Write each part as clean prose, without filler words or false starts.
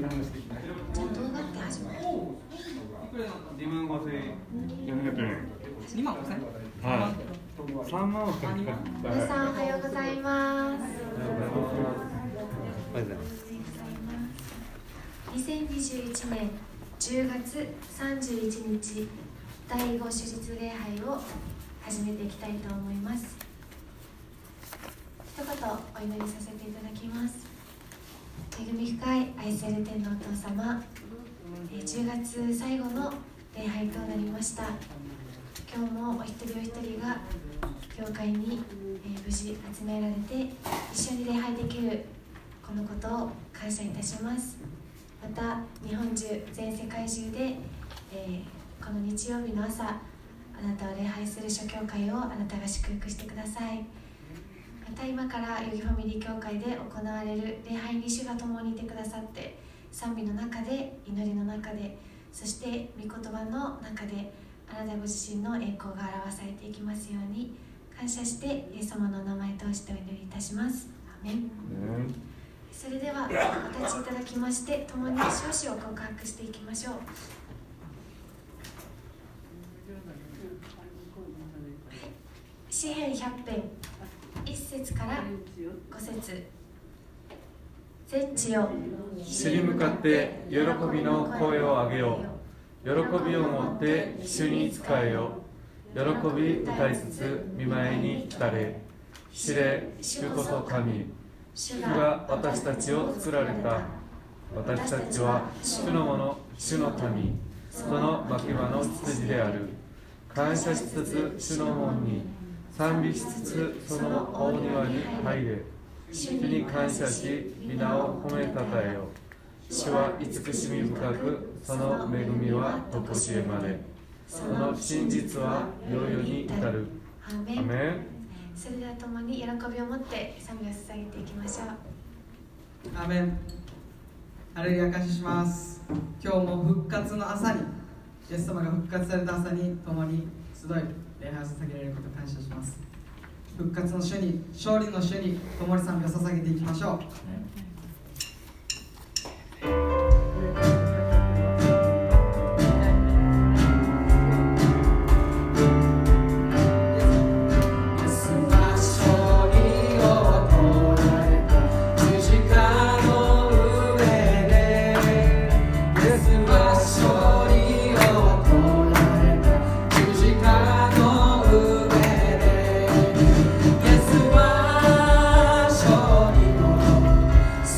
じゃあ動画って始まる。 2万5400円。 2万5000円。 はい。3万をかけた。 皆さんおはようございます。 おはようございます。 2021年10月31日第5手術礼拝を始めていきたいと思います。一言お祈りさせていただきます。恵み深い愛する天のお父様、10月最後の礼拝となりました。今日もお一人お一人が教会に無事集められて一緒に礼拝できるこのことを感謝いたします。また日本中全世界中で、この日曜日の朝あなたを礼拝する諸教会をあなたが祝福してください。また今から代々木ファミリー教会で行われる礼拝に主が共にいてくださって、賛美の中で祈りの中でそして御言葉の中であなたご自身の栄光が表されていきますように感謝してイエス様のお名前を通してお祈りいたします。アメン。それではお立ちいただきまして共に少子を告白していきましょう。詩編100編1節から5節。全地よ主に向かって喜びの声を上げよう。喜びを持って主に仕えよう。喜び歌いつつ御前に来たれ。知れ主こそ神。主が私たちを作られた。私たちは主のもの、主の民、その牧場の羊である。感謝しつつ主の門に、賛美しつつその大庭に入れ。主に感謝し皆を褒めたたえよ。主は慈しみ深く、その恵みはとこしえまで。その真実は世々に至る。 アーメン。 アメン。 それでは共に喜びを持って賛美を捧げていきましょう。 アーメン。ハレルヤ、感謝します。今日も復活の朝に、イエス様が復活された朝に共に集い礼拝を捧げられることを感謝します。復活の主に、勝利の主に共に賛美を捧げていきましょう。 そ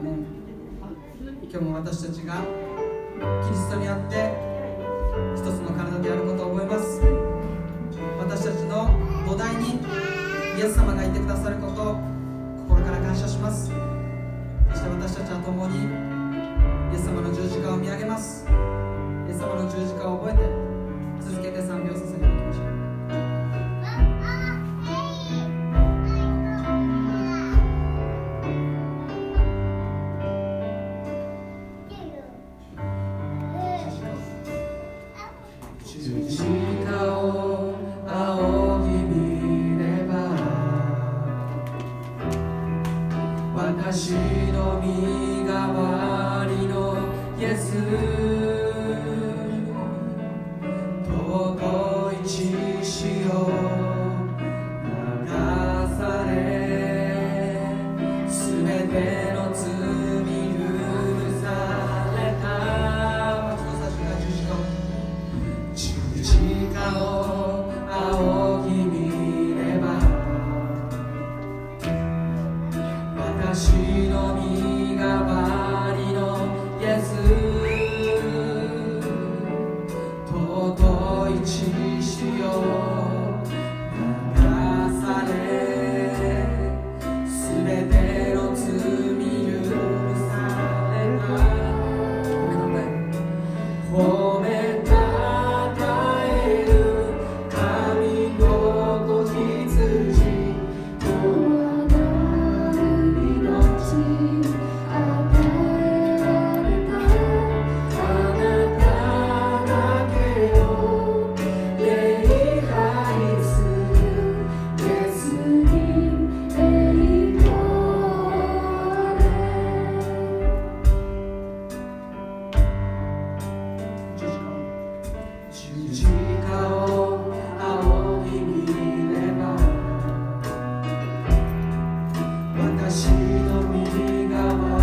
メン。今日も私たちがキリストにあって一つの体であることを覚えます。私たちの土台にイエス様がいてくださることを心から感謝します。そして私たちは共にイエス様の十字架を見上げます。イエス様の十字架を覚えて続けて賛美を捧げていきましょう。 十字架を仰ぎ見れば私の身代わりのイエス、尊い血潮流されすべての罪許された。十字架を仰ぎ見れば私の身代わりのイエス、尊い血潮流されすべての罪許された。褒めたたえる神の子羊とはなる命与えられた。あなただけを礼拝するイエスに栄光あれ。十字架を仰ぎ見れば私の身代わ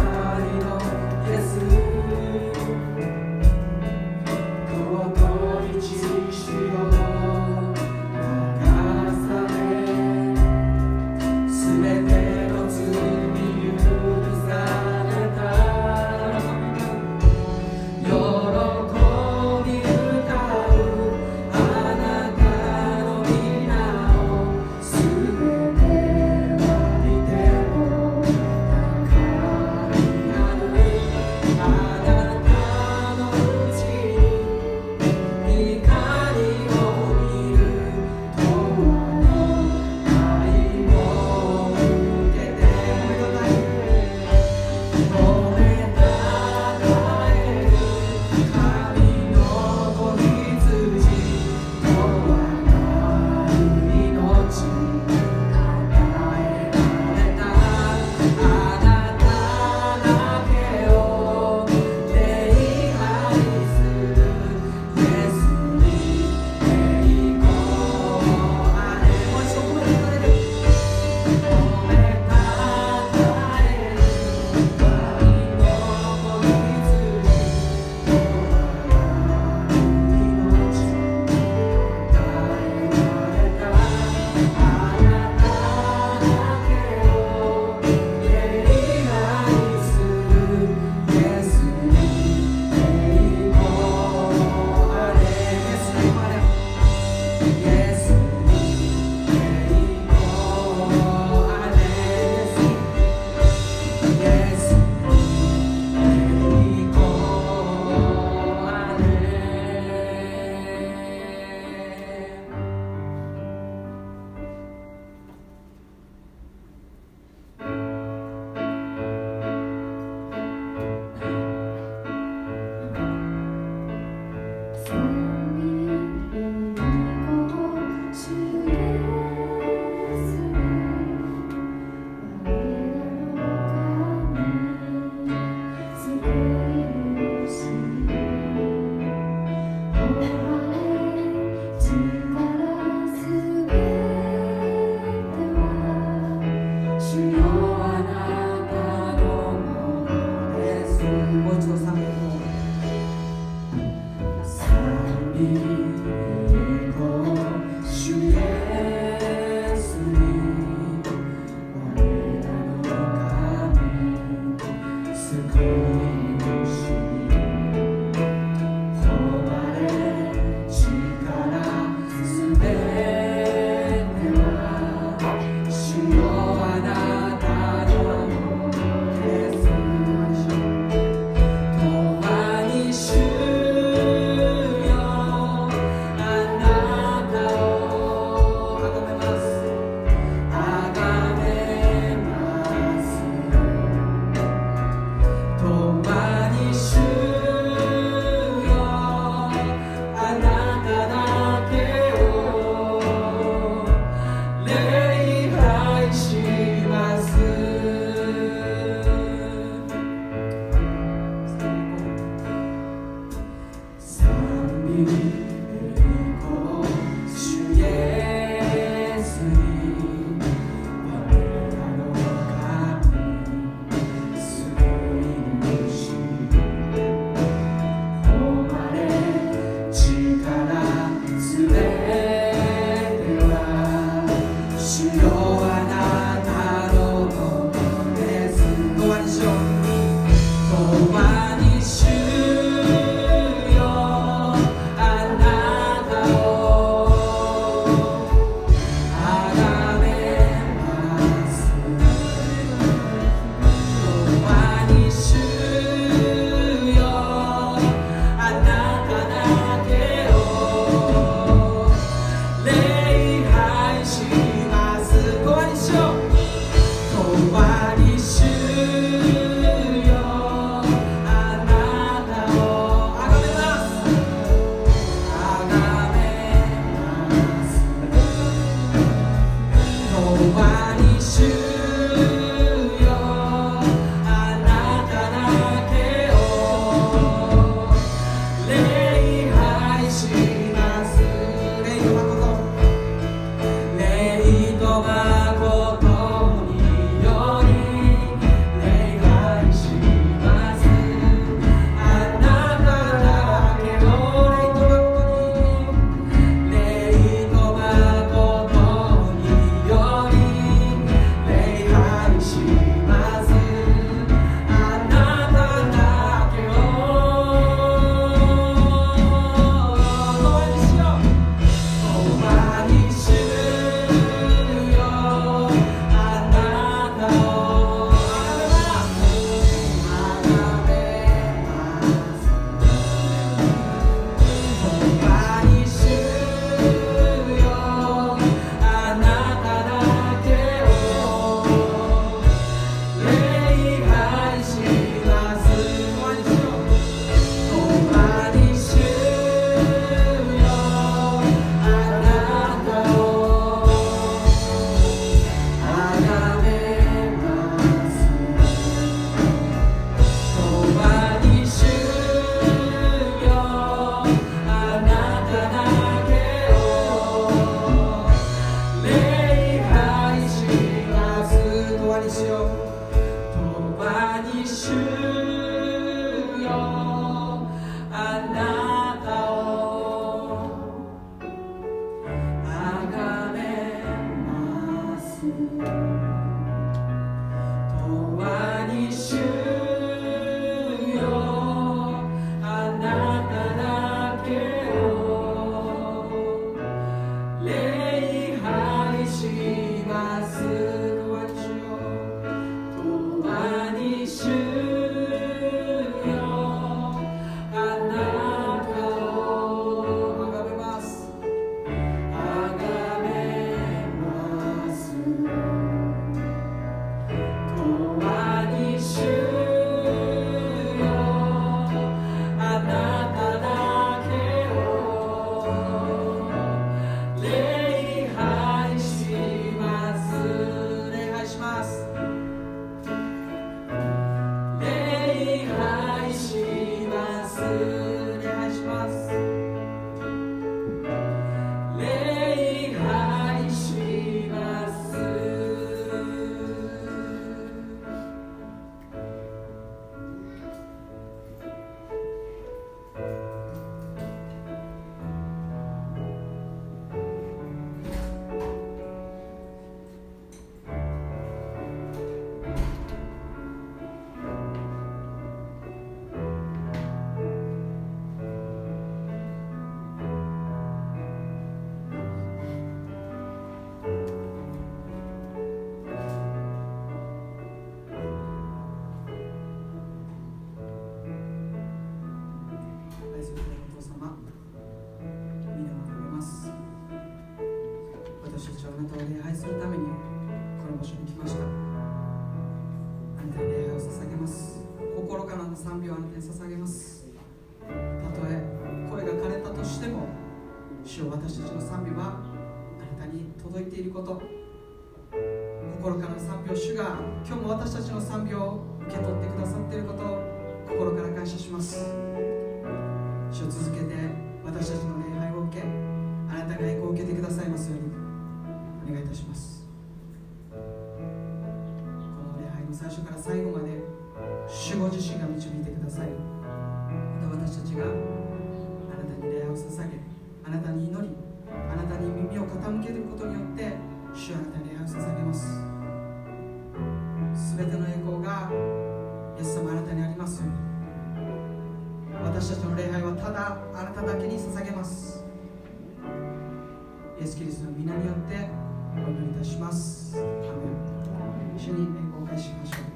今日も私たちの賛美を受け取ってくださっていることを心から感謝します。主を続けて私たちの礼拝を受け、あなたが栄光を受けてくださいますようにお願いいたします。この礼拝の最初から最後まで主ご自身が導いてください。また私たちがあなたに礼拝を捧げ、あなたに祈り、あなたに耳を傾けることによって主はあなたに礼拝を捧げます。すべての栄光がイエス様あなたにありますように、私たちの礼拝はただあなただけに捧げます。イエス・キリストの皆によってお祈りいたします。アーメン。一緒に栄光を返しましょう。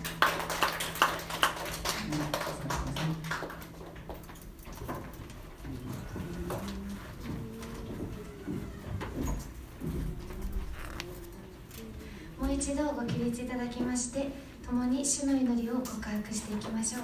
もう一度ご起立いただきまして、共に主の祈りを告白していきましょう。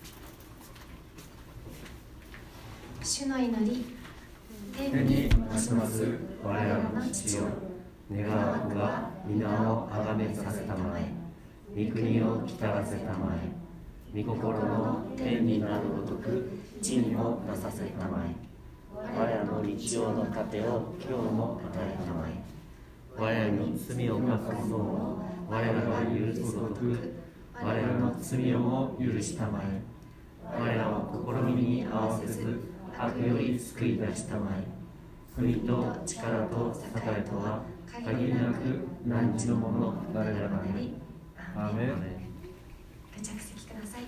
主の祈り。 天にますます我らの父よ、願わくは皆をあがめさせたまえ、御国を来たらせたまえ、御心の天になるごとく地にもなさせたまえ。我らの日曜の糧を今日も与えたまえ。我らに罪を犯す者を我らが許すごとく我らの罪をも許したまえ。我らを試みに合わせず悪より救い出したまえ。国と力と栄とは限りなく汝のもの我らがなり。 アーメン。 ご着席ください。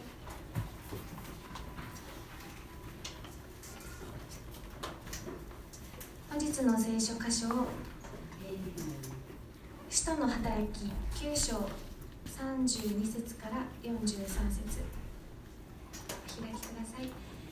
本日の聖書箇所を使徒の働き9章32節から43節お開きください。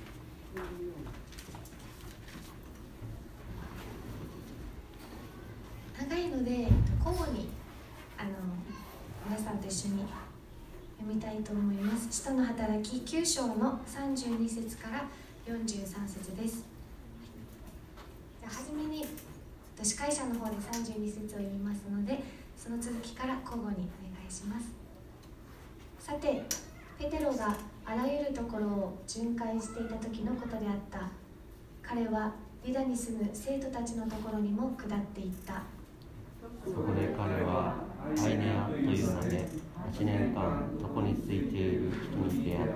長いので交互に皆さんと一緒に読みたいと思います。使徒の働き9章の32節から43節です。じゃあ初めに司会者の方で32節を読みますので、その続きから交互にお願いします。さて、ペテロがあらゆるところを巡回していた時のことであった。彼はユダに住む生徒たちのところにも下っていった。 そこで彼はアイネアという名で8年間床についているであった。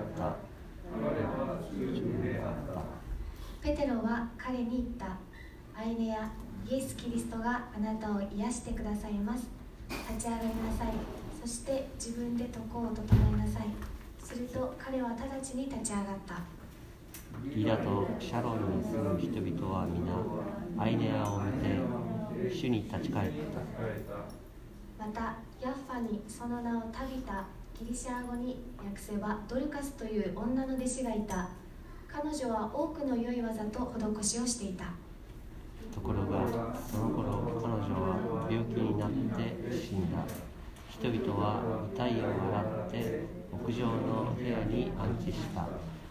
ペテロは彼に言った。アイネやイエス・キリストがあなたを癒してくださいます。立ち上がりなさい。そして自分で床を整えなさい。すると彼は直ちに立ち上がった。 ユダとシャロンに住む人々は皆アイネアを見て主に立ち返った。 またヤッファにその名をタビタ、ギリシャ語に訳せばドルカスという女の弟子がいた。彼女は多くの良い技と施しをしていた。 ところがその頃彼女は病気になって死んだ。人々は遺体を洗って屋上の部屋に安置した。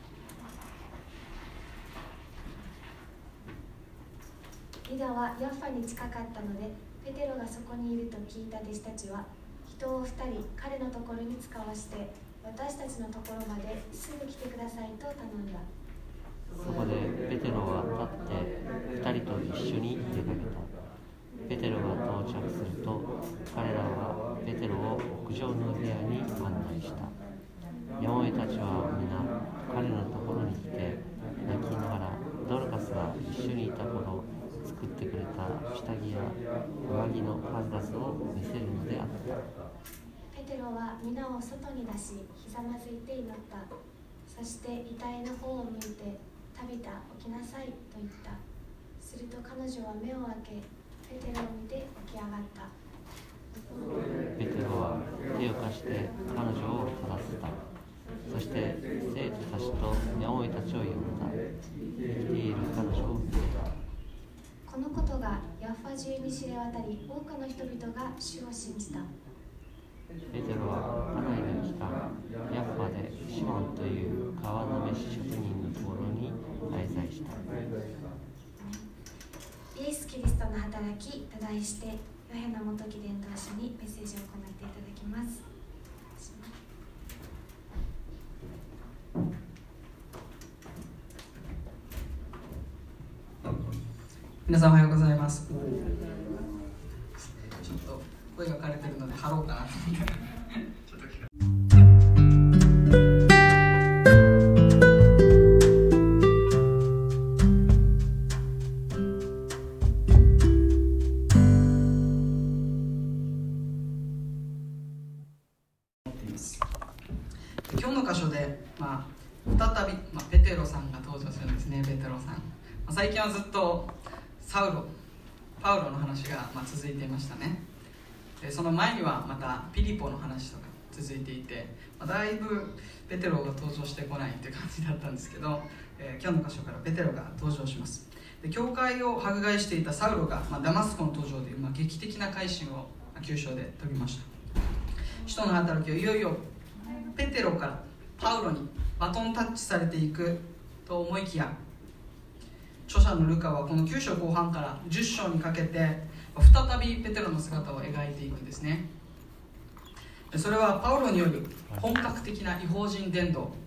ユダはヤッファに近かったので、ペテロがそこにいると聞いた弟子たちは人を2人彼のところに使わして、私たちのところまですぐ来てくださいと頼んだ。 そこでペテロは立って2人と一緒に出かけた。ペテロが到着すると彼らはペテロを屋上の部屋に案内した。やもめたちは皆彼のところに来て泣きながらドルカスが一緒にいた頃作ってくれた下着や上着の数々を見せるのであった。 ペテロは皆を外に出しひざまずいて祈った。そして遺体の方を向いてタビタ起きなさいと言った。すると彼女は目を開けペテロを見て起き上がった。 ペテロは手を貸して彼女を立たせた。そして生徒たちとやもめたちを呼んだ。生きている彼女を見てた。 このことがヤッファ中に知れ渡り、多くの人々が主を信じた。 ペテロはかなりの期間ヤッファでシモンという川の飯職人のところに滞在した。 イエス・キリストの働きと題してヨヘナ元木伝道師にメッセージを行っていただきます。 皆さんおはようございます。ちょっと声が枯れてるので張ろうかなと思って今日の箇所で、再び、ペテロさんが登場するんですね。ペテロさん、最近はずっとパウロの話が続いていましたね。でその前にはまたピリポの話とか続いていて、だいぶペテロが登場してこないという感じだったんですけど、今日の箇所からペテロが登場します。で教会を迫害していたサウロが、ダマスコの登場で、劇的な改心を9章で遂げました。使徒の働きはいよいよペテロからパウロにバトンタッチされていくと思いきや、著者のルカはこの9章後半から10章にかけて再びペテロの姿を描いていくんですね。それはパウロによる本格的な異邦人伝道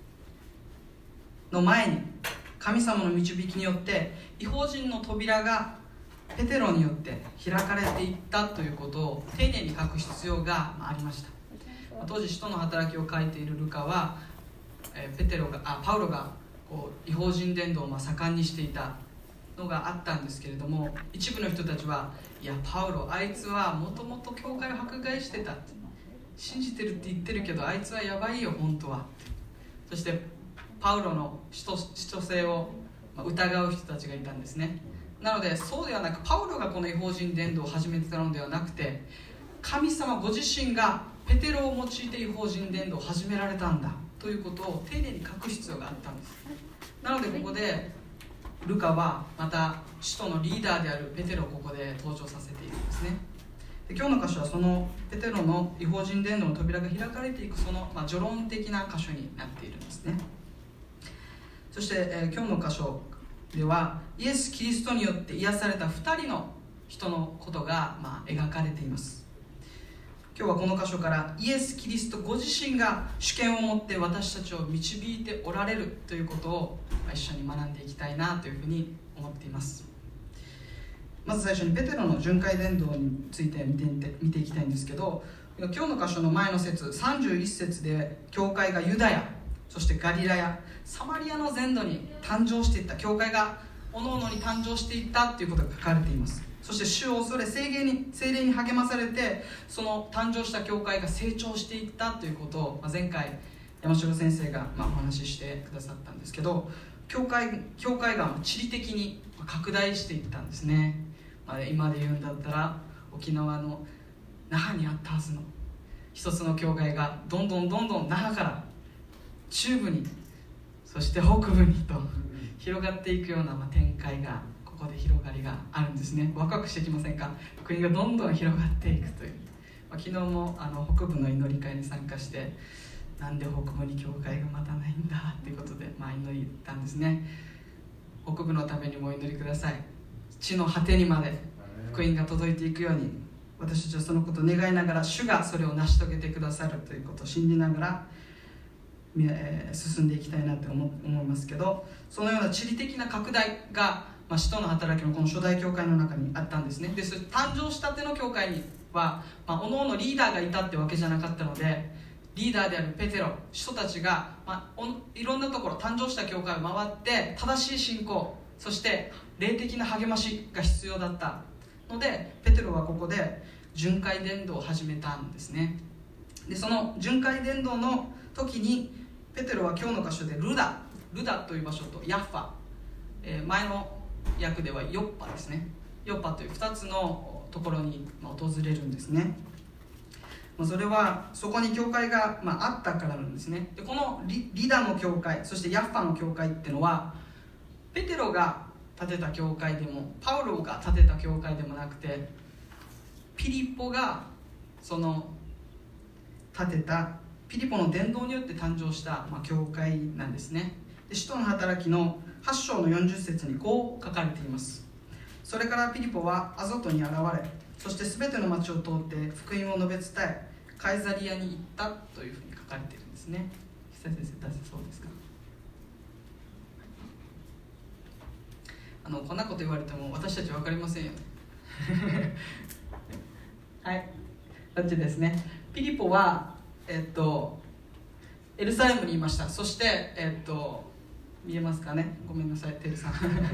の前に、神様の導きによって異邦人の扉がペテロによって開かれていったということを丁寧に書く必要がありました。当時使徒の働きを書いているルカはパウロが異邦人伝道を盛んにしていたのがあったんですけれども、一部の人たちは、いやパウロあいつはもともと教会を迫害してたって、信じてるって言ってるけどあいつはやばいよ本当は。そしてパウロの使徒性を疑う人たちがいたんですね。なのでそうではなく、パウロがこの異邦人伝道を始めてたのではなくて、神様ご自身がペテロを用いて異邦人伝道を始められたんだということを丁寧に書く必要があったんです。なのでここでルカはまた使徒のリーダーであるペテロをここで登場させているんですね。で今日の箇所はそのペテロの異邦人伝道の扉が開かれていくその、序論的な箇所になっているんですね。そして、今日の箇所ではイエス・キリストによって癒された2人の人のことが、描かれています。今日はこの箇所からイエス・キリストご自身が主権を持って私たちを導いておられるということを一緒に学んでいきたいなというふうに思っています。まず最初にペテロの巡回伝道について見ていきたいんですけど、今日の箇所の前の節31節で教会がユダヤそしてガリラヤ、サマリアの全土に誕生していった、教会がおのおのに誕生していったということが書かれています。そして主を恐れ聖霊に励まされて、その誕生した教会が成長していったということを、前回山城先生がお話ししてくださったんですけど、教会が地理的に拡大していったんですね。今で言うんだったら沖縄の那覇にあったはずの一つの教会がどんどん那覇から中部に、そして北部にと広がっていくような展開が、ここで広がりがあるんですね。ワクワクしてきませんか？国がどんどん広がっていくという。昨日も北部の祈り会に参加して、なんで北部に教会がまたないんだということで、祈りたんですね。北部のためにもお祈りください。地の果てにまで福音が届いていくように、私たちはそのことを願いながら、主がそれを成し遂げてくださるということを信じながら進んでいきたいなと思いますけど、そのような地理的な拡大が、使徒の働きのこの初代教会の中にあったんですね。で、誕生したての教会には、おのおのリーダーがいたってわけじゃなかったので、リーダーであるペテロ、使徒たちが、いろんなところ、誕生した教会を回って正しい信仰、そして霊的な励ましが必要だったので、ペテロはここで巡回伝道を始めたんですね。で、その巡回伝道の時にペテロは今日の箇所でルダという場所とヤッファ、前の訳ではヨッパですね、ヨッパという2つのところに訪れるんですね。それはそこに教会があったからなんですね。で、このリダの教会、そしてヤッファの教会っていうのは、ペテロが建てた教会でもパウロが建てた教会でもなくて、ピリポがその建てたピリポの伝道によって誕生した、教会なんですね。で、使徒の働きの8章の40節にこう書かれています。それからピリポはアゾトに現れ、そして全ての町を通って福音を述べ伝え、カイザリアに行ったというふうに書かれているんですね。久先生、出せそうですか？こんなこと言われても私たち分かりませんよね。はい、こっちですね。ピリポはエルサレムにいました。そして見えますかね、ごめんなさいテルさん。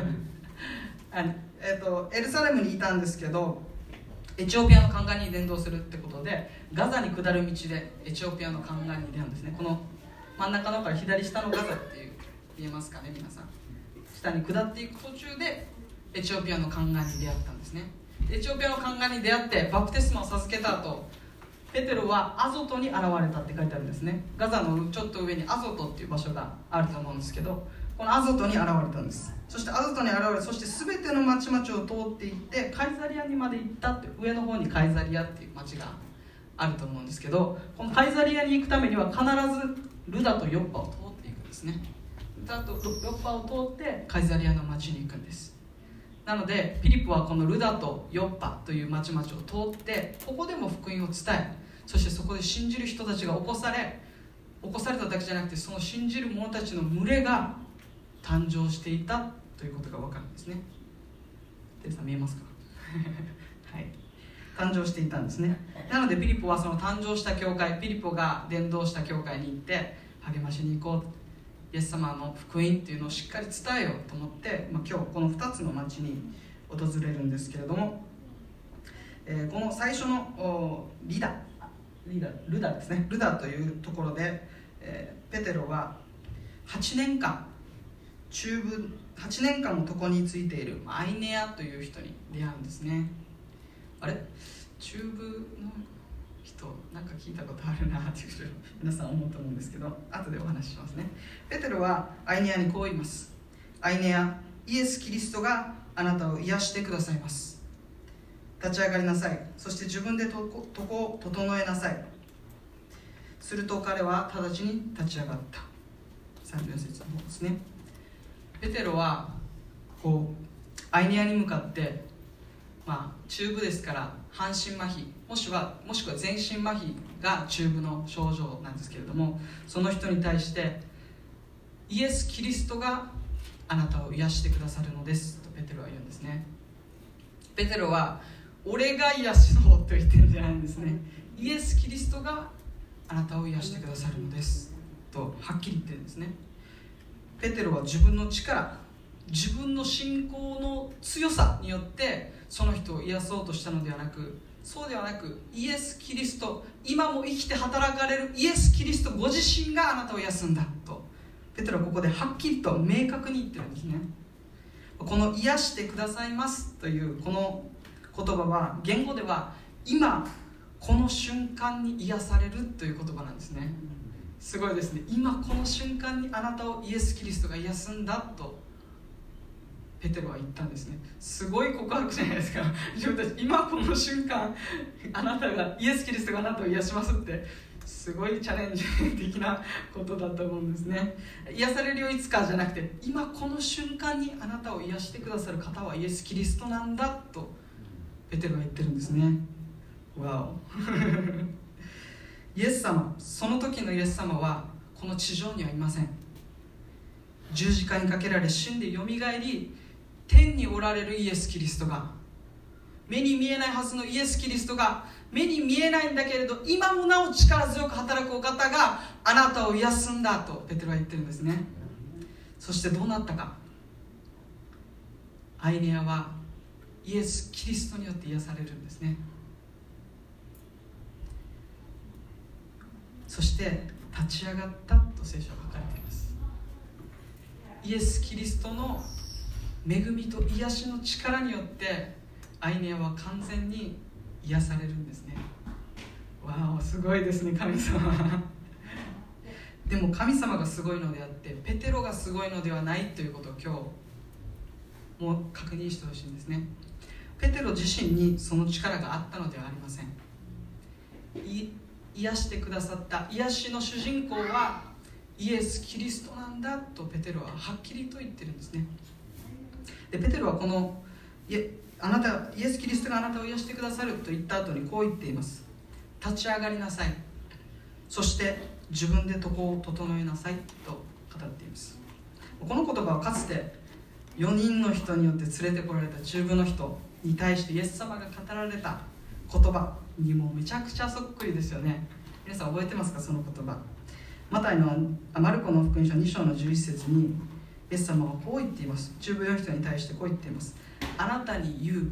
エルサレムにいたんですけど、エチオピアのカンガに伝道するってことで、ガザに下る道でエチオピアのカンガに出るんですね。この真ん中のから左下のガザっていう、見えますかね皆さん。下に下っていく途中でエチオピアのカンガに出会ったんですね。エチオピアのカンガに出会ってバプテスマを授けた後、ペテロはアゾトに現れたって書いてあるんですね。ガザのちょっと上にアゾトっていう場所があると思うんですけど、このアゾトに現れたんです。そしてアゾトに現れ、そして全ての町々を通っていってカイザリアにまで行ったって、上の方にカイザリアっていう町があると思うんですけど、このカイザリアに行くためには必ずルダとヨッパを通っていくんですね。ルダとヨッパを通ってカイザリアの町に行くんです。なのでピリポはこのルダとヨッパという町々を通って、ここでも福音を伝え、そしてそこで信じる人たちが起こされただけじゃなくて、その信じる者たちの群れが誕生していたということが分かるんですね。テレさん見えますか？はい、誕生していたんですね。なのでピリポはその誕生した教会、ピリポが伝道した教会に行って励ましに行こう、イエス様の福音っていうのをしっかり伝えようと思って、今日この2つの町に訪れるんですけれども、この最初のルダですね、ルダというところで、ペテロは8年間の床についているアイネアという人に出会うんですね。あれ、中部の人なんか聞いたことあるなっていう人皆さん思うと思うんですけど、後でお話ししますね。ペテロはアイネアにこう言います。アイネア、イエス・キリストがあなたを癒してくださいます。立ち上がりなさい。そして自分で床を整えなさい。すると彼は直ちに立ち上がった。34節の方ですね。ペテロはこうアイネアに向かって、中部ですから半身麻痺もしくは全身麻痺が中部の症状なんですけれども、その人に対してイエス・キリストがあなたを癒してくださるのですとペテロは言うんですね。ペテロは俺が癒しのと言ってるんじゃないんですね。イエス・キリストがあなたを癒してくださるのですとはっきり言ってるんですね。ペテロは自分の力、自分の信仰の強さによってその人を癒そうとしたのではなく、そうではなく、イエス・キリスト、今も生きて働かれるイエス・キリストご自身があなたを癒すんだとペテロはここではっきりと明確に言ってるんですね。この癒してくださいますというこの言葉は言語では今この瞬間に癒されるという言葉なんですね。すごいですね。今この瞬間にあなたをイエス・キリストが癒すんだとペテロは言ったんですね。すごい告白じゃないですか。自分たち今この瞬間あなたがイエス・キリストがあなたを癒しますってすごいチャレンジ的なことだと思うんですね。癒されるよいつかじゃなくて、今この瞬間にあなたを癒してくださる方はイエス・キリストなんだとペテロは言ってるんですね。わおイエス様、その時のイエス様はこの地上にはいません。十字架にかけられ死んでよみがえり、天におられるイエス・キリストが、目に見えないはずのイエス・キリストが、目に見えないんだけれど今もなお力強く働くお方があなたを癒すんだとペテロは言ってるんですね。そしてどうなったか。アイネアはイエス・キリストによって癒されるんですね。そして立ち上がったと聖書は書かれています。イエス・キリストの恵みと癒しの力によってアイネアは完全に癒されるんですね。わお、すごいですね、神様でも神様がすごいのであってペテロがすごいのではないということを今日もう確認してほしいんですね。ペテロ自身にその力があったのではありません。癒してくださった癒しの主人公はイエス・キリストなんだとペテロははっきりと言ってるんですね。でペテロはこのイエス・キリストがあなたを癒してくださると言った後にこう言っています。立ち上がりなさい、そして自分で床を整えなさいと語っています。この言葉はかつて4人の人によって連れてこられた中部の人に対してイエス様が語られた言葉にもめちゃくちゃそっくりですよね。皆さん覚えてますか、その言葉。マルコの福音書2章の11節にイエス様はこう言っています。中部の人に対してこう言っています。あなたに言う、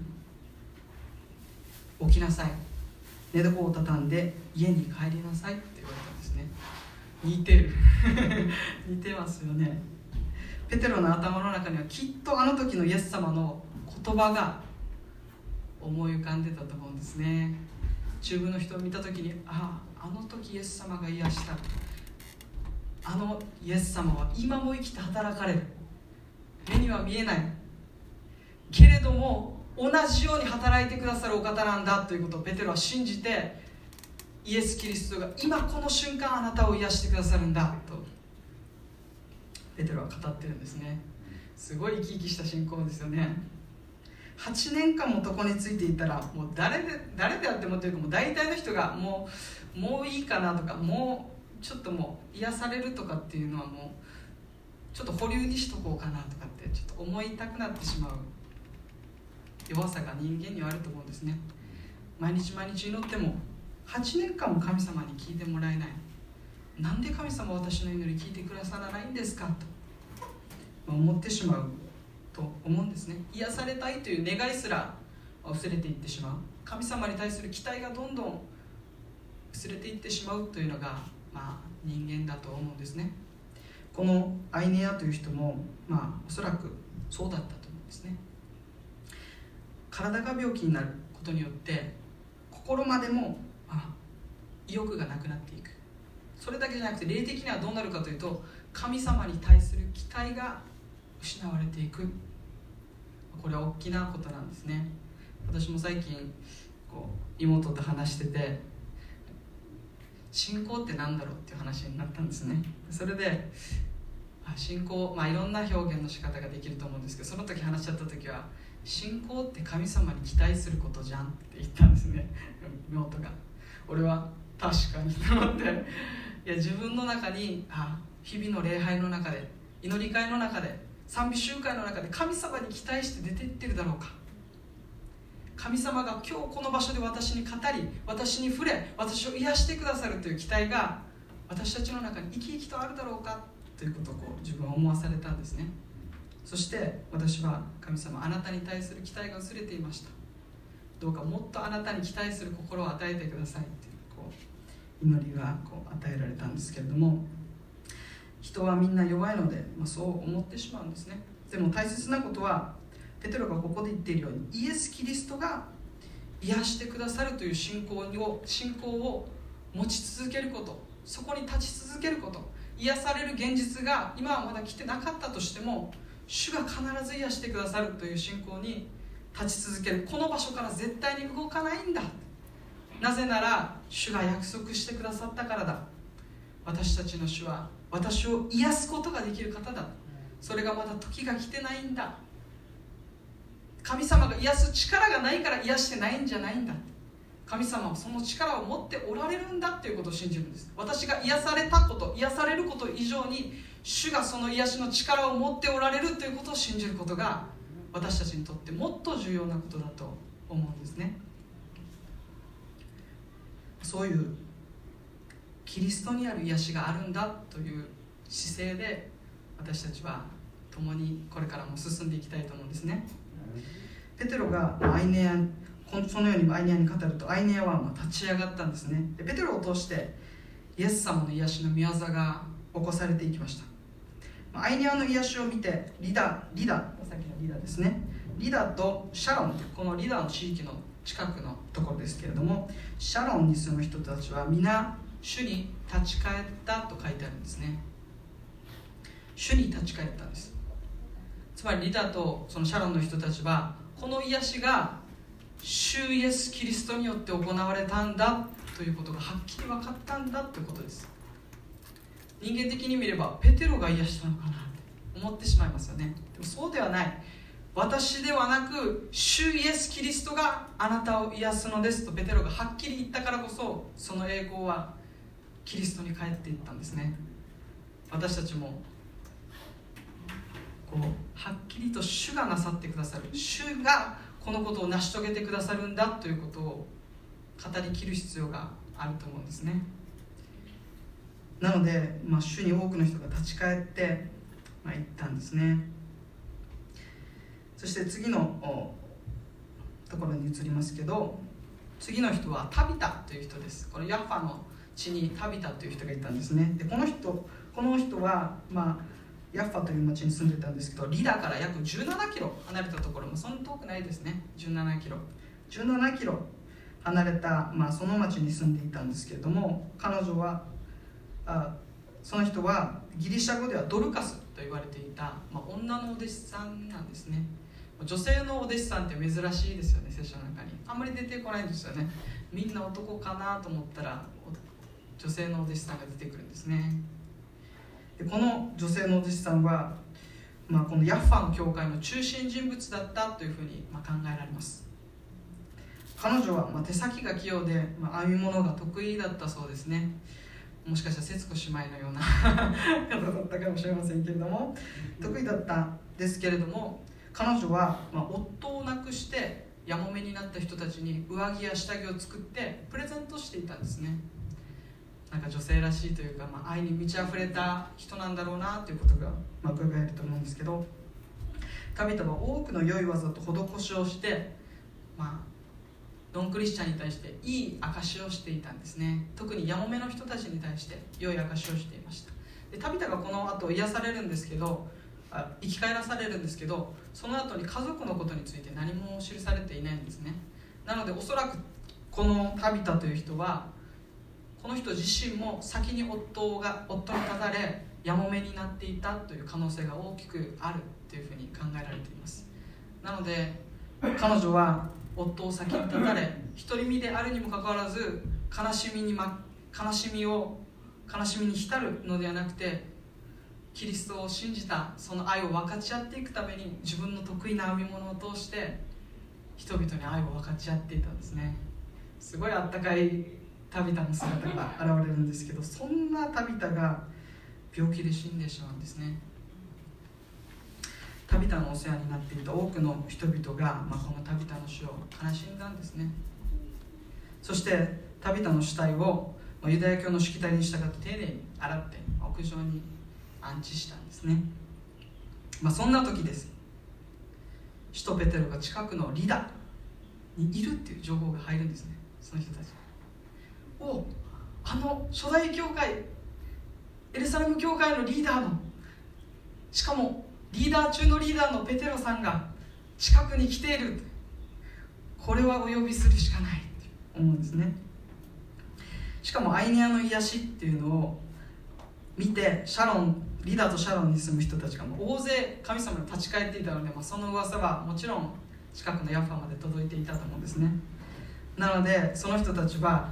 起きなさい、寝床を畳んで家に帰りなさいって言われたんですね。似てる似てますよね。ペテロの頭の中にはきっとあの時のイエス様の言葉が思い浮かんでたと思うんですね。中部の人を見た時に、あの時イエス様が癒した、あのイエス様は今も生きて働かれる、目には見えないけれども同じように働いてくださるお方なんだということをペテロは信じて、イエス・キリストが今この瞬間あなたを癒してくださるんだとペテロは語ってるんですね。すごい生き生きした信仰ですよね。8年間も床についていたらもう誰であってもというか、もう大体の人がもういいかなとか、もうちょっともう癒されるとかっていうのはもうちょっと保留にしとこうかなとかってちょっと思いたくなってしまう弱さが人間にはあると思うんですね。毎日毎日祈っても8年間も神様に聞いてもらえない、なんで神様は私の祈り聞いてくださらないんですかと思ってしまうと思うんですね。癒されたいという願いすら薄れていってしまう、神様に対する期待がどんどん薄れていってしまうというのが、人間だと思うんですね。このアイネアという人も、おそらくそうだったと思うんですね。体が病気になることによって心までも意欲がなくなっていく。それだけじゃなくて霊的にはどうなるかというと、神様に対する期待が失われていく。これは大きなことなんですね。私も最近妹と話してて、信仰って何だろうっていう話になったんですね。それで信仰、いろんな表現の仕方ができると思うんですけど、その時話し合った時は、信仰って神様に期待することじゃんって言ったんですね。妹が。俺は確かにと思って、自分の中に日々の礼拝の中で、祈り会の中で、賛美集会の中で神様に期待して出ていってるだろうか。神様が今日この場所で私に語り、私に触れ、私を癒してくださるという期待が私たちの中に生き生きとあるだろうかということを自分は思わされたんですね。そして私は、神様、あなたに対する期待が薄れていました。どうかもっとあなたに期待する心を与えてくださいという祈りが与えられたんですけれども、人はみんな弱いので、そう思ってしまうんですね。でも大切なことは、ペテロがここで言っているように、イエス・キリストが癒してくださるという信仰を持ち続けること、そこに立ち続けること、癒される現実が今はまだ来てなかったとしても、主が必ず癒してくださるという信仰に立ち続ける。この場所から絶対に動かないんだ。なぜなら主が約束してくださったからだ。私たちの主は私を癒すことができる方だ。それがまだ時が来てないんだ。神様が癒す力がないから癒してないんじゃないんだ。神様はその力を持っておられるんだということを信じるんです。私が癒されたこと、癒されること以上に、主がその癒しの力を持っておられるということを信じることが、私たちにとってもっと重要なことだと思うんですね。そういうキリストにある癒しがあるんだという姿勢で、私たちは共にこれからも進んでいきたいと思うんですね。ペテロがアイネア、そのようにアイネアに語ると、アイネアは立ち上がったんですね。でペテロを通してイエス様の癒しの御業が起こされていきました。アイネアの癒しを見て、リダ、さっきのリダですね、リダとシャロンという、このリダの地域の近くのところですけれども、シャロンに住む人たちは皆主に立ち返ったと書いてあるんですね。主に立ち返ったんです。つまりリダとそのシャロンの人たちは、この癒しが主イエス・キリストによって行われたんだということがはっきり分かったんだということです。人間的に見ればペテロが癒したのかなって思ってしまいますよね。でもそうではない。私ではなく主イエス・キリストがあなたを癒すのですとペテロがはっきり言ったからこそ、その栄光はキリストに帰っていったんですね。私たちもはっきりと主がなさってくださる、主がこのことを成し遂げてくださるんだということを語りきる必要があると思うんですね。なので、主に多くの人が立ち返って行ったんですね。そして次のところに移りますけど、次の人はタビタという人です。これヤッファの地にタビタという人がいたんですね。でこの人は、ヤッファという町に住んでたんですけど、リダから約17キロ離れたところもそんな遠くないですね。17キロ離れた、その町に住んでいたんですけれども、その人はギリシャ語ではドルカスと言われていた、女のお弟子さんなんですね。女性のお弟子さんって珍しいですよね。聖書の中にあんまり出てこないんですよね。みんな男かなと思ったら女性のお弟子さんが出てくるんですね。でこの女性のお弟子さんは、このヤッファの教会の中心人物だったというふうに考えられます。彼女は手先が器用で、編み物が得意だったそうですね。もしかしたら節子姉妹のような方だったかもしれませんけれども、得意だったんですけれども、彼女は、夫を亡くしてやもめになった人たちに上着や下着を作ってプレゼントしていたんですね。なんか女性らしいというか、愛に満ち溢れた人なんだろうなということが伺えると思うんですけど、タビタは多くの良い技と施しをして、ノンクリスチャンに対していい証しをしていたんですね。特にやもめの人たちに対して良い証しをしていました。でタビタがこの後癒されるんですけど、生き返らされるんですけど、その後に家族のことについて何も記されていないんですね。なのでおそらくこのタビタという人は、この人自身も先に夫に立たれやもめになっていたという可能性が大きくあるというふうに考えられています。なので彼女は夫を先に立たれ、独り身であるにもかかわらず悲しみに浸るのではなくて、キリストを信じたその愛を分かち合っていくために自分の得意な編み物を通して人々に愛を分かち合っていたんですね。すごいあったかいタビタの姿が現れるんですけど、そんなタビタが病気で死んでしまうんですね。タビタのお世話になっていた多くの人々が、このタビタの死を悲しんだんですね。そしてタビタの死体をユダヤ教のしきたりに従って丁寧に洗って屋上に安置したんですね。そんな時です。使徒ペテロが近くのリダにいるっていう情報が入るんですね。その人たち、あの初代教会エルサレム教会のリーダーの、しかもリーダー中のリーダーのペテロさんが近くに来ている、これはお呼びするしかないって思うんですね。しかもアイニアの癒しっていうのを見て、リダとシャロンに住む人たちが大勢神様に立ち返っていたので、その噂はもちろん近くのヤッファまで届いていたと思うんですね。なのでその人たちは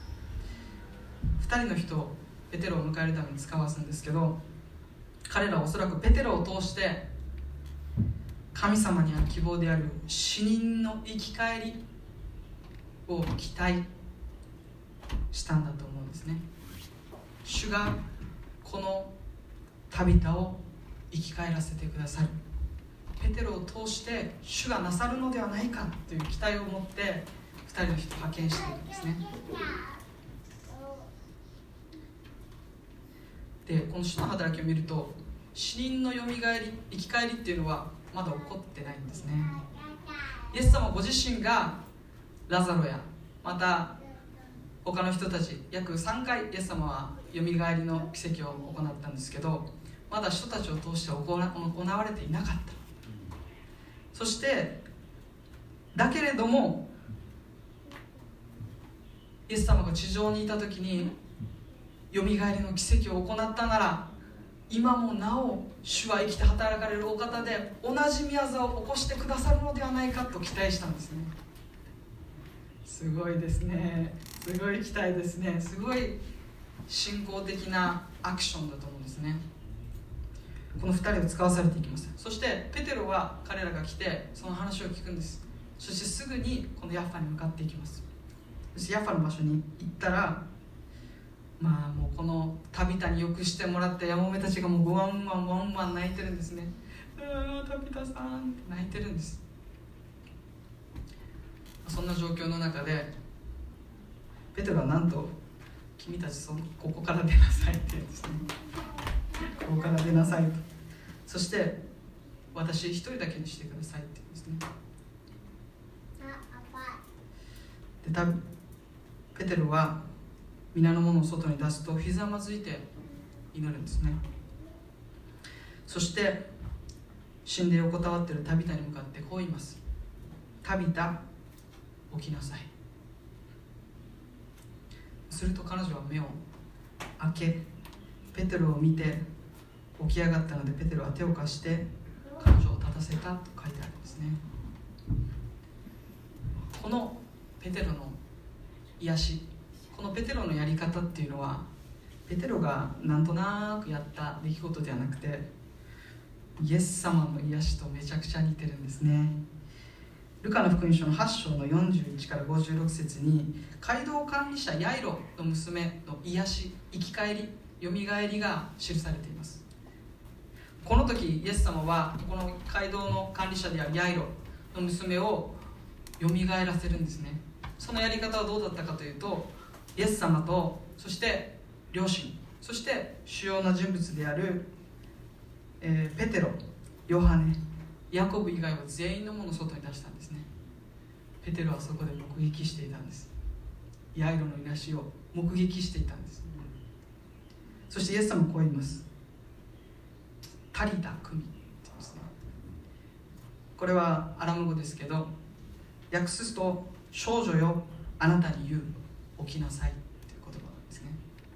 2人の人をペテロを迎えるために使わすんですけど、彼らはおそらくペテロを通して神様にある希望である死人の生き返りを期待したんだと思うんですね。主がこのタビタを生き返らせてくださる、ペテロを通して主がなさるのではないかという期待を持って2人の人を派遣しているんですね。でこの主の働きを見ると、死人のよみがえり生き返りっていうのはまだ起こってないんですね。イエス様ご自身がラザロやまた他の人たち約3回イエス様はよみがえりの奇跡を行ったんですけど、まだ人たちを通して行われていなかった。そしてだけれどもイエス様が地上にいた時によみがえりの奇跡を行ったなら、今もなお主は生きて働かれるお方で同じ御業を起こしてくださるのではないかと期待したんですね。すごいですね。すごい期待ですね。すごい信仰的なアクションだと思うんですね。この2人を使わされていきます。そしてペテロは彼らが来てその話を聞くんです。そしてすぐにこのヤッファに向かっていきます。そしてヤッファの場所に行ったら、もうこのタビタによくしてもらったヤモメたちがもうワンワンワンワン泣いてるんですね。タビタさんって泣いてるんです。そんな状況の中でペテロはなんと、君たちここから出なさいって言うんですね。ここから出なさいと。そして私一人だけにしてくださいって言うんですね。でペテロは皆の者を外に出すとひざまずいて祈るんですね。そして死んで横たわっているタビタに向かってこう言います。タビタ、起きなさい。すると彼女は目を開け、ペテロを見て起き上がったので、ペテロは手を貸して彼女を立たせたと書いてあるんですね。このペテロの癒し、このペテロのやり方っていうのはペテロがなんとなくやった出来事ではなくて、イエス様の癒しとめちゃくちゃ似てるんですね。ルカの福音書の8章の41から56節に、街道管理者ヤイロの娘の癒し、生き返り、よみがえりが記されています。この時イエス様はこの街道の管理者であるヤイロの娘をよみがえらせるんですね。そのやり方はどうだったかというと、イエス様とそして両親、そして主要な人物である、ペテロ、ヨハネ、ヤコブ以外は全員のものを外に出したんですね。ペテロはそこで目撃していたんです。ヤイロの癒しを目撃していたんです。そしてイエス様はこう言います。タリタクミって言うんですね。これはアラム語ですけど、訳すと少女よあなたに言う、起きなさいという言葉なんですね。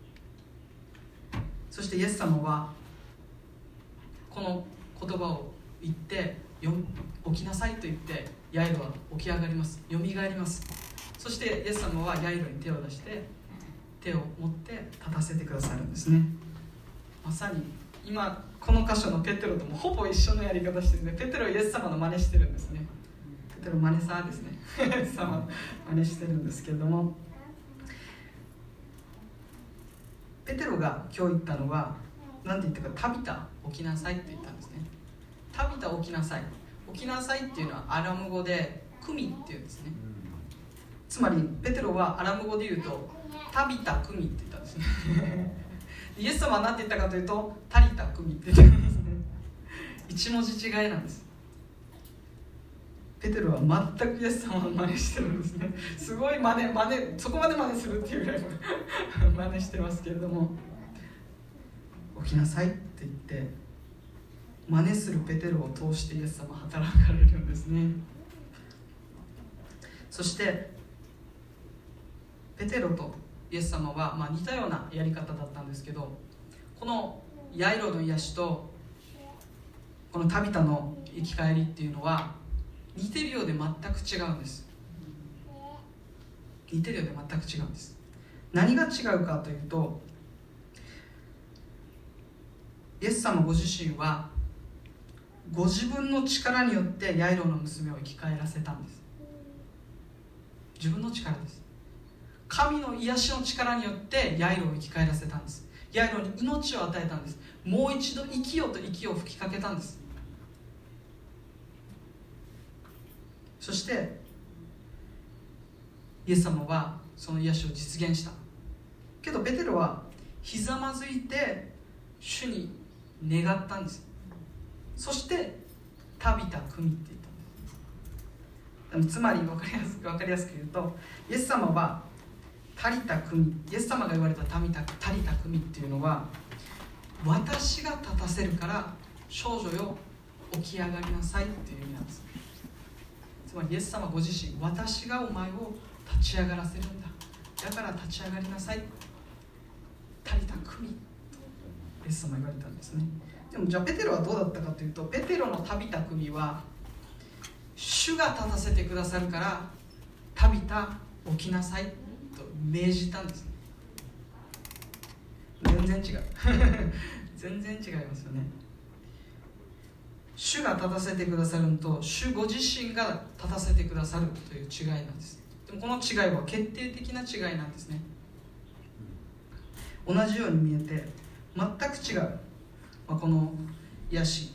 そしてイエス様はこの言葉を言って起きなさいと言って、ヤイロは起き上がります。よみがえります。そしてイエス様はヤイロに手を出して手を持って立たせてくださるんですね。まさに今この箇所のペテロともほぼ一緒のやり方してるんで、ペテロはイエス様の真似してるんですね。ペテロ真似さですね。イエス様の真似してるんですけれども、ペテロが今日言ったのは何て言ったか、タビタ起きなさいって言ったんですね。タビタ起きなさい、起きなさいっていうのはアラム語でクミっていうんですね。つまりペテロはアラム語で言うとタビタクミって言ったんですねイエス様は何て言ったかというとタリタクミって言ってるんですね。一文字違いなんです。ペテロは全くイエス様を真似してるんですね。すごい真似そこまで真似するっていうぐらい真似してますけれども、起きなさいって言って真似するペテロを通してイエス様は働かれるんですね。そしてペテロとイエス様は、似たようなやり方だったんですけど、このヤイロの癒しとこのタビタの生き返りっていうのは似てるようで全く違うんです。似てるようで全く違うんです。何が違うかというと、イエス様ご自身はご自分の力によってヤイロの娘を生き返らせたんです。自分の力です。神の癒しの力によってヤイロを生き返らせたんです。ヤイロに命を与えたんです。もう一度生きようと息を吹きかけたんです。そしてイエス様はその癒しを実現したけど、ペテロはひざまずいて主に願ったんです。そしてタビタクミって言ったんです。つまり分かりやすく言うと、イエス様はタリタクミ、イエス様が言われたタリタクミっていうのは、私が立たせるから少女よ起き上がりなさいっていう意味なんです。つまりイエス様ご自身、私がお前を立ち上がらせるんだ、だから立ち上がりなさい、タリタクミとイエス様言われたんですね。でもじゃあペテロはどうだったかというと、ペテロのタビタクミは主が立たせてくださるからタビタ起きなさいと命じたんです。全然違う全然違いますよね。主が立たせてくださるのと主ご自身が立たせてくださるという違いなんです。でもこの違いは決定的な違いなんですね。同じように見えて全く違う、この癒し、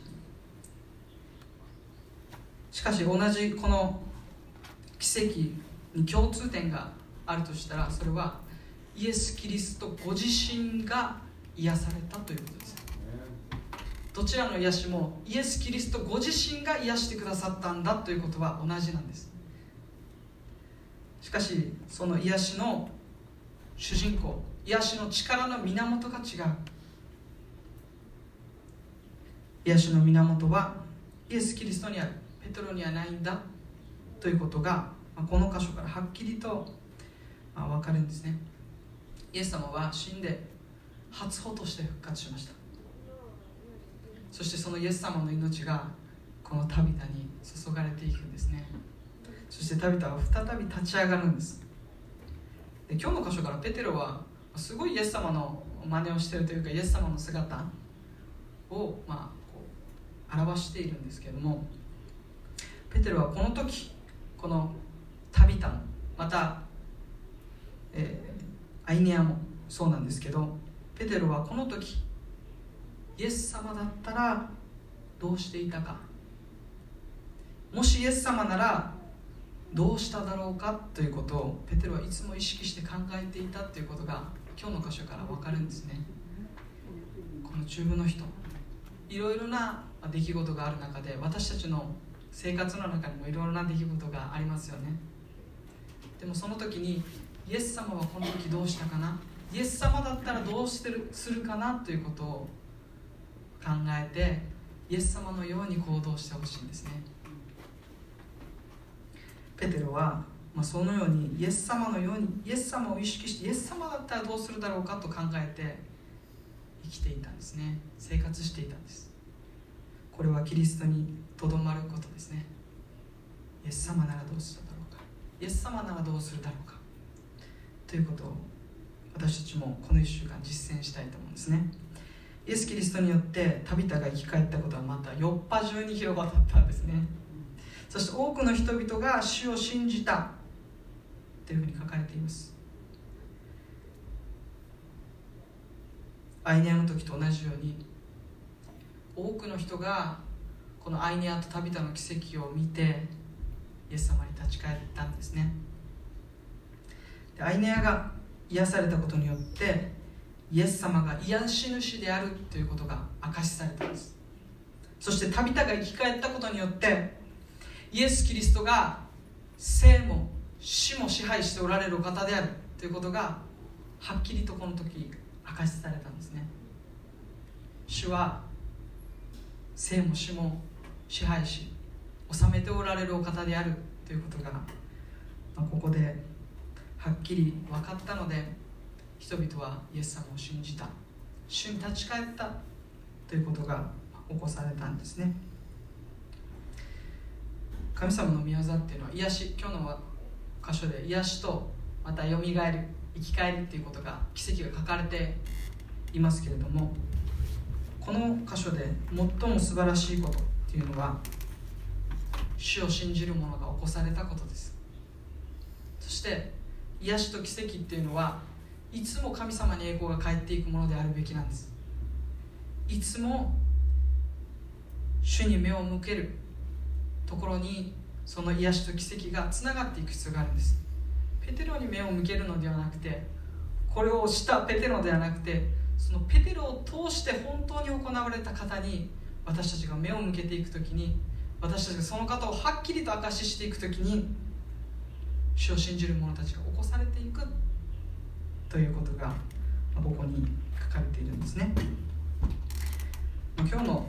しかし同じこの奇跡に共通点があるとしたら、それはイエス・キリストご自身が癒されたということです。どちらの癒しもイエス・キリストご自身が癒してくださったんだということは同じなんです。しかしその癒しの主人公、癒しの力の源が違う。癒しの源はイエス・キリストにある、ペテロにはないんだということが、この箇所からはっきりと分かるんですね。イエス様は死んで初歩として復活しました。そしてそのイエス様の命がこのタビタに注がれていくんですね。そしてタビタは再び立ち上がるんです。で、今日の箇所からペテロはすごいイエス様の真似をしているというか、イエス様の姿を表しているんですけれども、ペテロはこの時このタビタもまた、アイネアもそうなんですけど、ペテロはこの時イエス様だったらどうしていたか、もしイエス様ならどうしただろうかということをペテロはいつも意識して考えていたということが今日の箇所から分かるんですね。この中部の人、いろいろな出来事がある中で、私たちの生活の中にもいろいろな出来事がありますよね。でもその時にイエス様はこの時どうしたかな、イエス様だったらどうするかなということを考えて、イエス様のように行動してほしいんですね。ペテロは、そのようにイエス様のように、イエス様を意識して、イエス様だったらどうするだろうかと考えて生きていたんですね。生活していたんです。これはキリストにとどまることですね。イエス様ならどうするだろうか、イエス様ならどうするだろうかということを私たちもこの1週間実践したいと思うんですね。イエス・キリストによってタビタが生き返ったことはまたヨッパ中に広がったんですね。そして多くの人々が主を信じたというふうに書かれています。アイネアの時と同じように、多くの人がこのアイネアとタビタの奇跡を見てイエス様に立ち返ったんですね。で、アイネアが癒されたことによってイエス様が癒し主であるということが証しされたんです。そしてタビタが生き返ったことによってイエス・キリストが生も死も支配しておられるお方であるということがはっきりとこの時証しされたんですね。主は生も死も支配し治めておられるお方であるということが、ここではっきり分かったので、人々はイエス様を信じた、主に立ち返ったということが起こされたんですね。神様の御業っていうのは癒し、今日の箇所で癒しとまたよみがえる、生き返りっていうことが、奇跡が書かれていますけれども、この箇所で最も素晴らしいことっていうのは、主を信じる者が起こされたことです。そして癒しと奇跡っていうのはいつも神様に栄光が返っていくものであるべきなんです。いつも主に目を向けるところにその癒しと奇跡がつながっていく必要があるんです。ペテロに目を向けるのではなくて、これをしたペテロではなくて、そのペテロを通して本当に行われた方に私たちが目を向けていくときに、私たちがその方をはっきりと証ししていくときに、主を信じる者たちが起こされていくということがここに書かれているんですね。今日の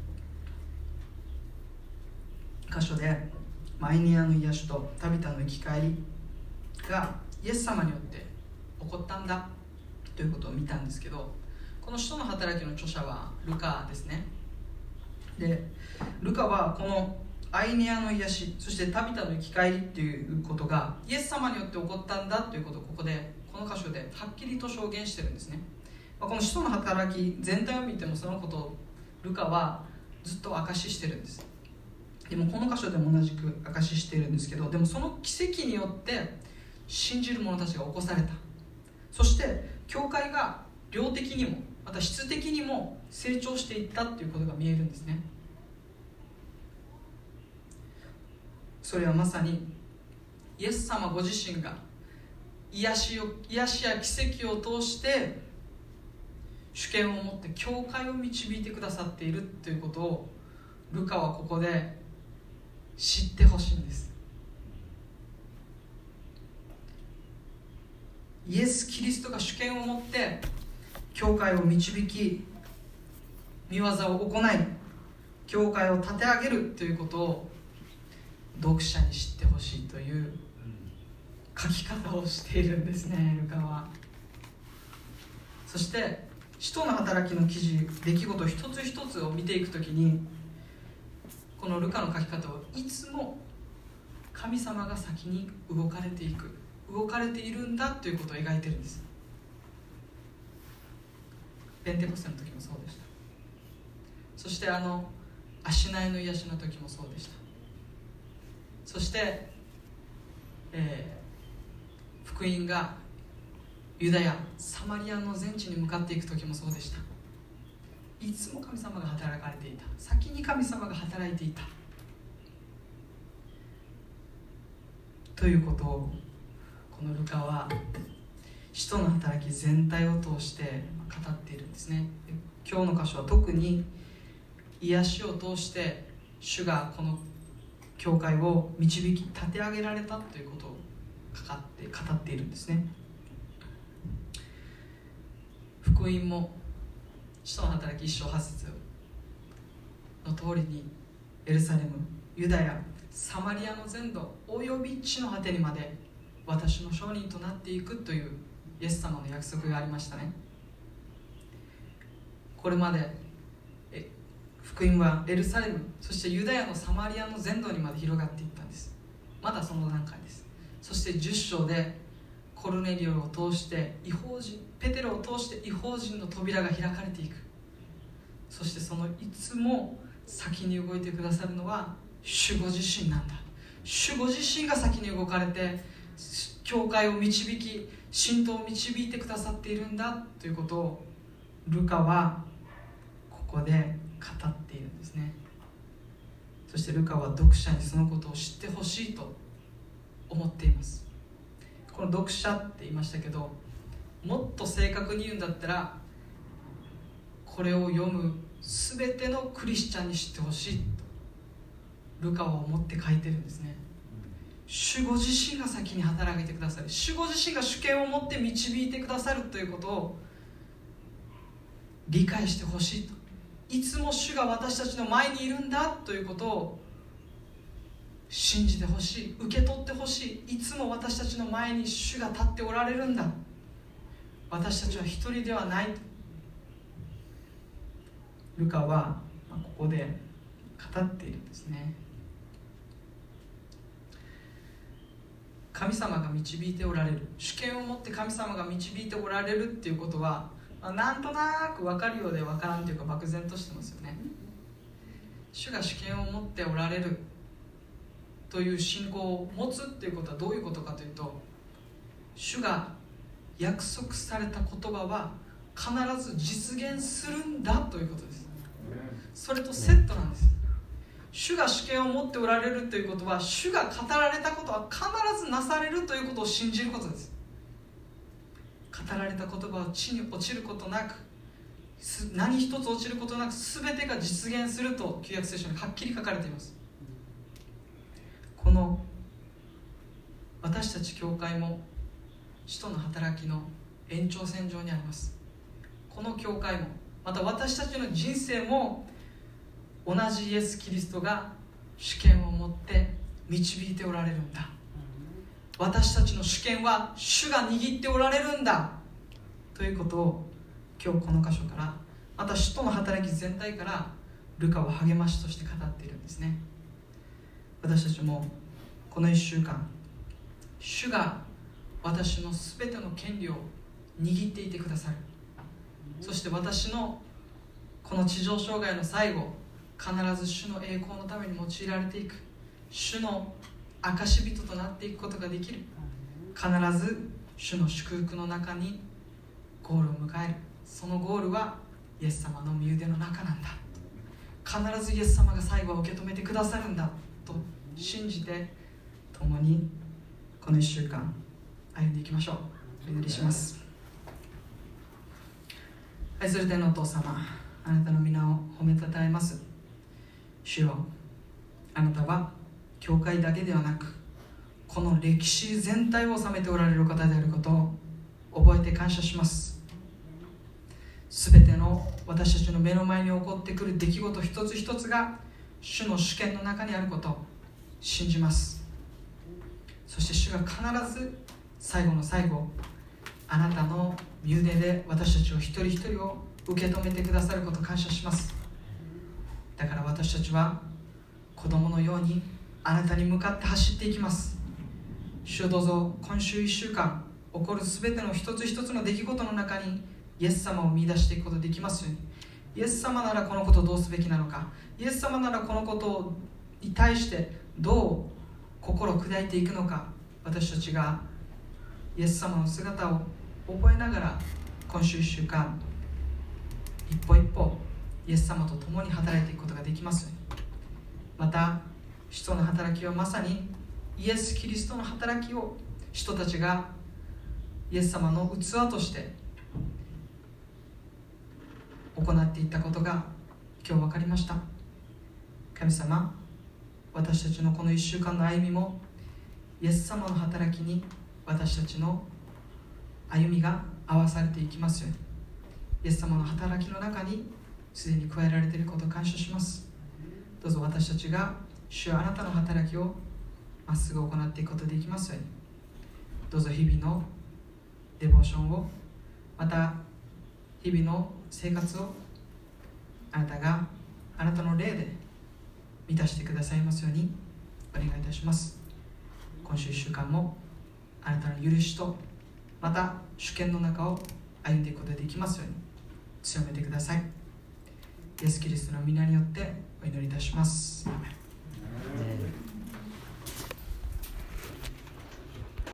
箇所でアイニアの癒しとタビタの生き返りがイエス様によって起こったんだということを見たんですけど、この使徒の働きの著者はルカですね。でルカはこのアイネアの癒し、そしてタビタの生き返りっていうことがイエス様によって起こったんだということをこの箇所ではっきりと証言してるんですね。この使徒の働き全体を見てもそのことをルカはずっと証ししてるんです。でもこの箇所でも同じく証ししているんですけど、でもその奇跡によって信じる者たちが起こされた。そして教会が量的にもまた質的にも成長していったということが見えるんですね。それはまさにイエス様ご自身が癒しや奇跡を通して主権を持って教会を導いてくださっているということをルカはここで知ってほしいんです。イエス・キリストが主権を持って教会を導き、御業を行い、教会を立て上げるということを読者に知ってほしいという書き方をしているんですね、ルカは。そして使徒の働きの記事、出来事一つ一つを見ていくときに、このルカの書き方をいつも神様が先に動かれているんだということを描いているんです。ペンテコステの時もそうでした。そして足苗の癒しの時もそうでした。そして、福音がユダヤ、サマリアの全地に向かっていく時もそうでした。いつも神様が働かれていた。先に神様が働いていたということをこのルカは使徒の働き全体を通して語っているんですね。今日の箇所は特に癒しを通して主がこの教会を導き立て上げられたということを語っているんですね。福音も使徒の働き1章8節の通りにエルサレム、ユダヤ、サマリアの全土および地の果てにまで私の証人となっていくというイエス様の約束がありましたね。これまで福音はエルサレム、そしてユダヤのサマリアの全土にまで広がっていったんです。まだその段階です。そして10章でコルネリオを通して異邦人、ペテロを通して異邦人の扉が開かれていく。そしてそのいつも先に動いてくださるのは主ご自身なんだ。主ご自身が先に動かれて教会を導き、信徒を導いてくださっているんだということをルカはここで語っているんですね。そしてルカは読者にそのことを知ってほしいと思っています。この読者って言いましたけど、 もっと正確に言うんだったら、これを読むすべてのクリスチャンに知ってほしいとルカは思って書いてるんですね。主ご自身が先に働いてくださる、主ご自身が主権を持って導いてくださるということを理解してほしいと、いつも主が私たちの前にいるんだということを信じてほしい、受け取ってほしい。いつも私たちの前に主が立っておられるんだ、私たちは一人ではないとルカはここで語っているんですね。神様が導いておられる、主権を持って神様が導いておられるっていうことは、なんとなく分かるようで分からんというか漠然としてますよね。主が主権を持っておられるという信仰を持つということはどういうことかというと、主が約束された言葉は必ず実現するんだということです。それとセットなんです。主が主権を持っておられるということは、主が語られたことは必ずなされるということを信じることです。語られた言葉は地に落ちることなく、何一つ落ちることなく全てが実現すると旧約聖書にはっきり書かれています。この私たち教会も使徒の働きの延長線上にあります。この教会もまた私たちの人生も同じイエス・キリストが主権を持って導いておられるんだ。私たちの主権は主が握っておられるんだということを今日この箇所から、また使徒の働き全体からルカは励ましとして語っているんですね。私たちもこの1週間、主が私のすべての権利を握っていてくださる。そして私のこの地上生涯の最後、必ず主の栄光のために用いられていく、主の証人となっていくことができる。必ず主の祝福の中にゴールを迎える。そのゴールはイエス様の身腕の中なんだ。必ずイエス様が最後は受け止めてくださるんだと信じて、共にこの1週間歩んでいきましょう。お祈りします。愛する天のお父様、あなたの皆を褒めたたえます。主よ、あなたは教会だけではなく、この歴史全体を治めておられる方であることを覚えて感謝します。すべての私たちの目の前に起こってくる出来事一つ一つが主の主権の中にあることを信じます。そして主が必ず最後の最後、あなたの身腕で私たちを一人一人を受け止めてくださることを感謝します。だから私たちは子供のようにあなたに向かって走っていきます。主よ、どうぞ今週1週間起こるすべての一つ一つの出来事の中にイエス様を見出していくことができますように。イエス様ならこのことをどうすべきなのか、イエス様ならこのことに対してどう心を砕いていくのか、私たちがイエス様の姿を覚えながら今週1週間一歩一歩イエス様と共に働いていくことができますように。また使徒の働きはまさにイエス・キリストの働きを使徒たちがイエス様の器として行っていったことが今日分かりました。神様、私たちのこの1週間の歩みもイエス様の働きに私たちの歩みが合わされていきますように。イエス様の働きの中にすでに加えられていることを感謝します。どうぞ私たちが主よ、あなたの働きをまっすぐ行っていくことができますように。どうぞ日々のデボーションを、また日々の生活をあなたがあなたの霊で満たしてくださいますようにお願いいたします。今週1週間もあなたの許しとまた主権の中を歩んでいくことができますように強めてください。イエス・キリストの皆によってお祈りいたします。